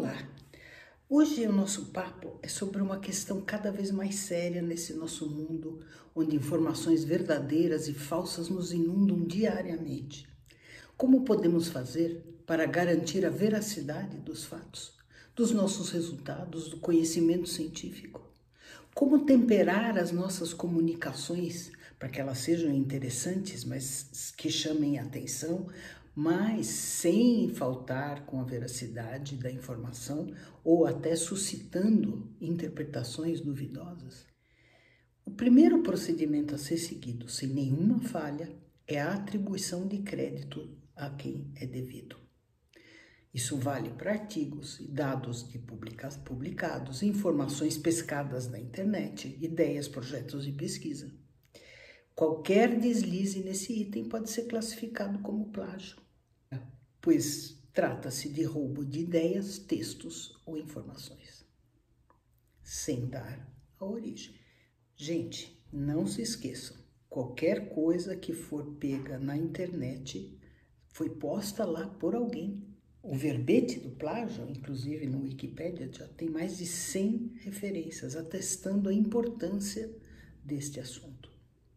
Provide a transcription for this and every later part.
Olá! Hoje o nosso papo é sobre uma questão cada vez mais séria nesse nosso mundo, onde informações verdadeiras e falsas nos inundam diariamente. Como podemos fazer para garantir a veracidade dos fatos, dos nossos resultados, do conhecimento científico? Como temperar as nossas comunicações para que elas sejam interessantes, mas que chamem a atenção, mas sem faltar com a veracidade da informação ou até suscitando interpretações duvidosas? O primeiro procedimento a ser seguido, sem nenhuma falha, é a atribuição de crédito a quem é devido. Isso vale para artigos e dados de publicados, informações pescadas na internet, ideias, projetos de pesquisa. Qualquer deslize nesse item pode ser classificado como plágio, pois trata-se de roubo de ideias, textos ou informações, sem dar a origem. Gente, não se esqueçam, qualquer coisa que for pega na internet foi posta lá por alguém. O verbete do plágio, inclusive no Wikipedia, já tem mais de 100 referências atestando a importância deste assunto.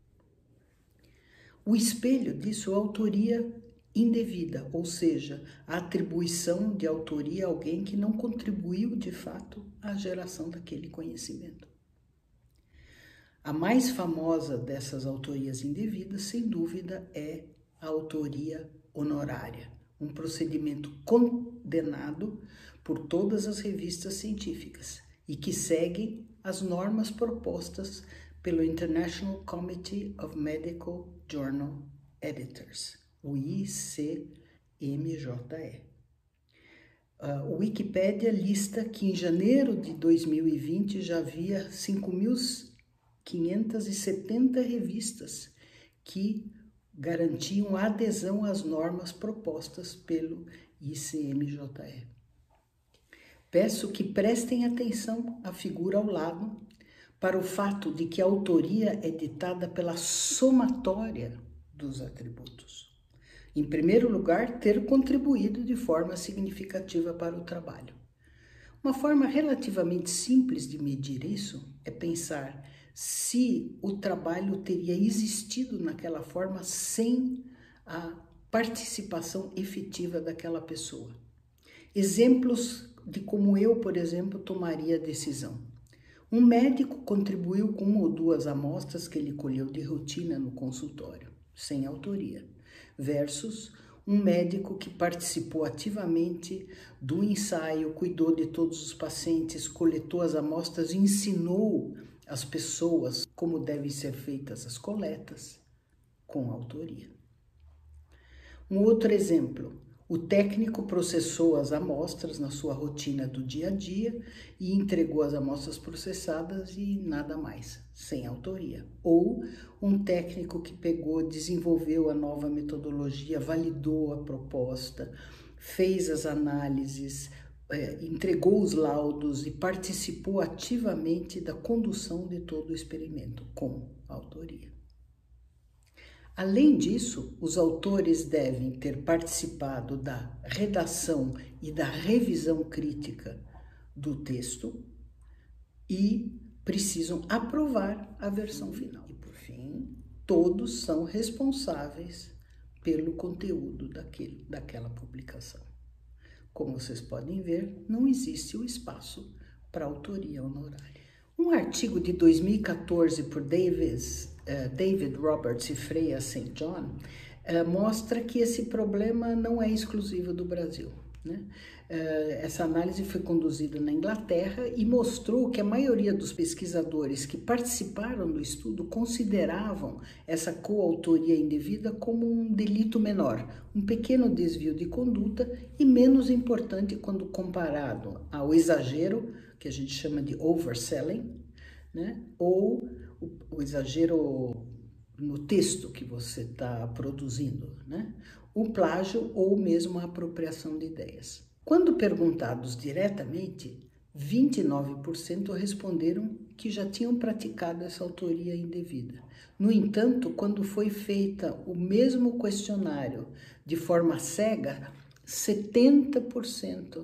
O espelho disso é a autoria indevida, ou seja, a atribuição de autoria a alguém que não contribuiu de fato à geração daquele conhecimento. A mais famosa dessas autorias indevidas, sem dúvida, é a autoria honorária, um procedimento condenado por todas as revistas científicas e que segue as normas propostas pelo International Committee of Medical Journal Editors, o ICMJE. O Wikipedia lista que em janeiro de 2020 já havia 5.570 revistas que garantiam a adesão às normas propostas pelo ICMJE. Peço que prestem atenção à figura ao lado para o fato de que a autoria é ditada pela somatória dos atributos. Em primeiro lugar, ter contribuído de forma significativa para o trabalho. Uma forma relativamente simples de medir isso é pensar se o trabalho teria existido naquela forma sem a participação efetiva daquela pessoa. Exemplos de como eu, por exemplo, tomaria a decisão. Um médico contribuiu com 1 ou 2 amostras que ele colheu de rotina no consultório, sem autoria, versus um médico que participou ativamente do ensaio, cuidou de todos os pacientes, coletou as amostras e ensinou as pessoas como devem ser feitas as coletas, com autoria. Um outro exemplo, o técnico processou as amostras na sua rotina do dia a dia e entregou as amostras processadas e nada mais, sem autoria. Ou um técnico que desenvolveu a nova metodologia, validou a proposta, fez as análises, entregou os laudos e participou ativamente da condução de todo o experimento, com autoria. Além disso, os autores devem ter participado da redação e da revisão crítica do texto e precisam aprovar a versão final. E, por fim, todos são responsáveis pelo conteúdo daquela publicação. Como vocês podem ver, não existe o espaço para autoria honorária. Um artigo de 2014 por David Roberts e Freya St. John mostra que esse problema não é exclusivo do Brasil, né? Essa análise foi conduzida na Inglaterra e mostrou que a maioria dos pesquisadores que participaram do estudo consideravam essa coautoria indevida como um delito menor, um pequeno desvio de conduta e menos importante quando comparado ao exagero, que a gente chama de overselling, né? Ou o exagero no texto que você está produzindo, né? O plágio ou mesmo a apropriação de ideias. Quando perguntados diretamente, 29% responderam que já tinham praticado essa autoria indevida. No entanto, quando foi feita o mesmo questionário de forma cega, 70%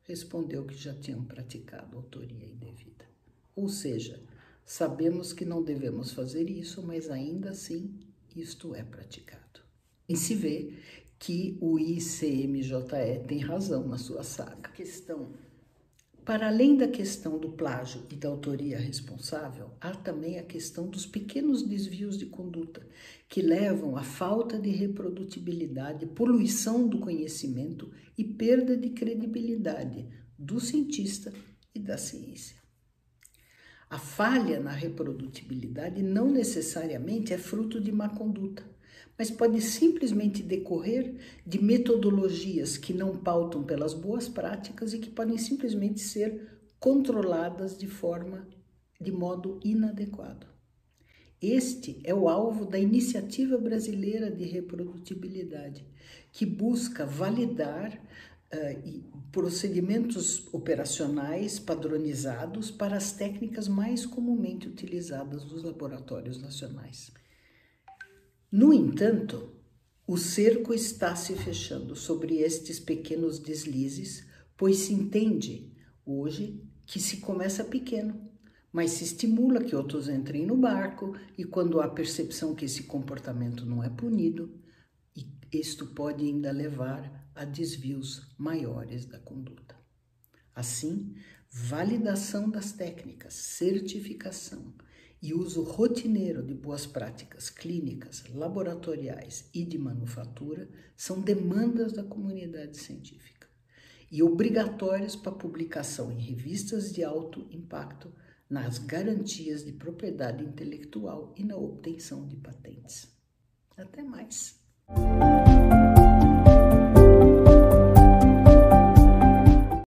respondeu que já tinham praticado autoria indevida. Ou seja, sabemos que não devemos fazer isso, mas ainda assim isto é praticado. E se vê que o ICMJE tem razão na sua saga. Para além da questão do plágio e da autoria responsável, há também a questão dos pequenos desvios de conduta que levam à falta de reprodutibilidade, poluição do conhecimento e perda de credibilidade do cientista e da ciência. A falha na reprodutibilidade não necessariamente é fruto de má conduta, mas pode simplesmente decorrer de metodologias que não pautam pelas boas práticas e que podem simplesmente ser controladas de modo inadequado. Este é o alvo da Iniciativa Brasileira de Reprodutibilidade, que busca validar procedimentos operacionais padronizados para as técnicas mais comumente utilizadas nos laboratórios nacionais. No entanto, o cerco está se fechando sobre estes pequenos deslizes, pois se entende hoje que se começa pequeno, mas se estimula que outros entrem no barco e quando há percepção que esse comportamento não é punido, isto pode ainda levar a desvios maiores da conduta. Assim, validação das técnicas, certificação e uso rotineiro de boas práticas clínicas, laboratoriais e de manufatura são demandas da comunidade científica e obrigatórias para publicação em revistas de alto impacto nas garantias de propriedade intelectual e na obtenção de patentes. Até mais!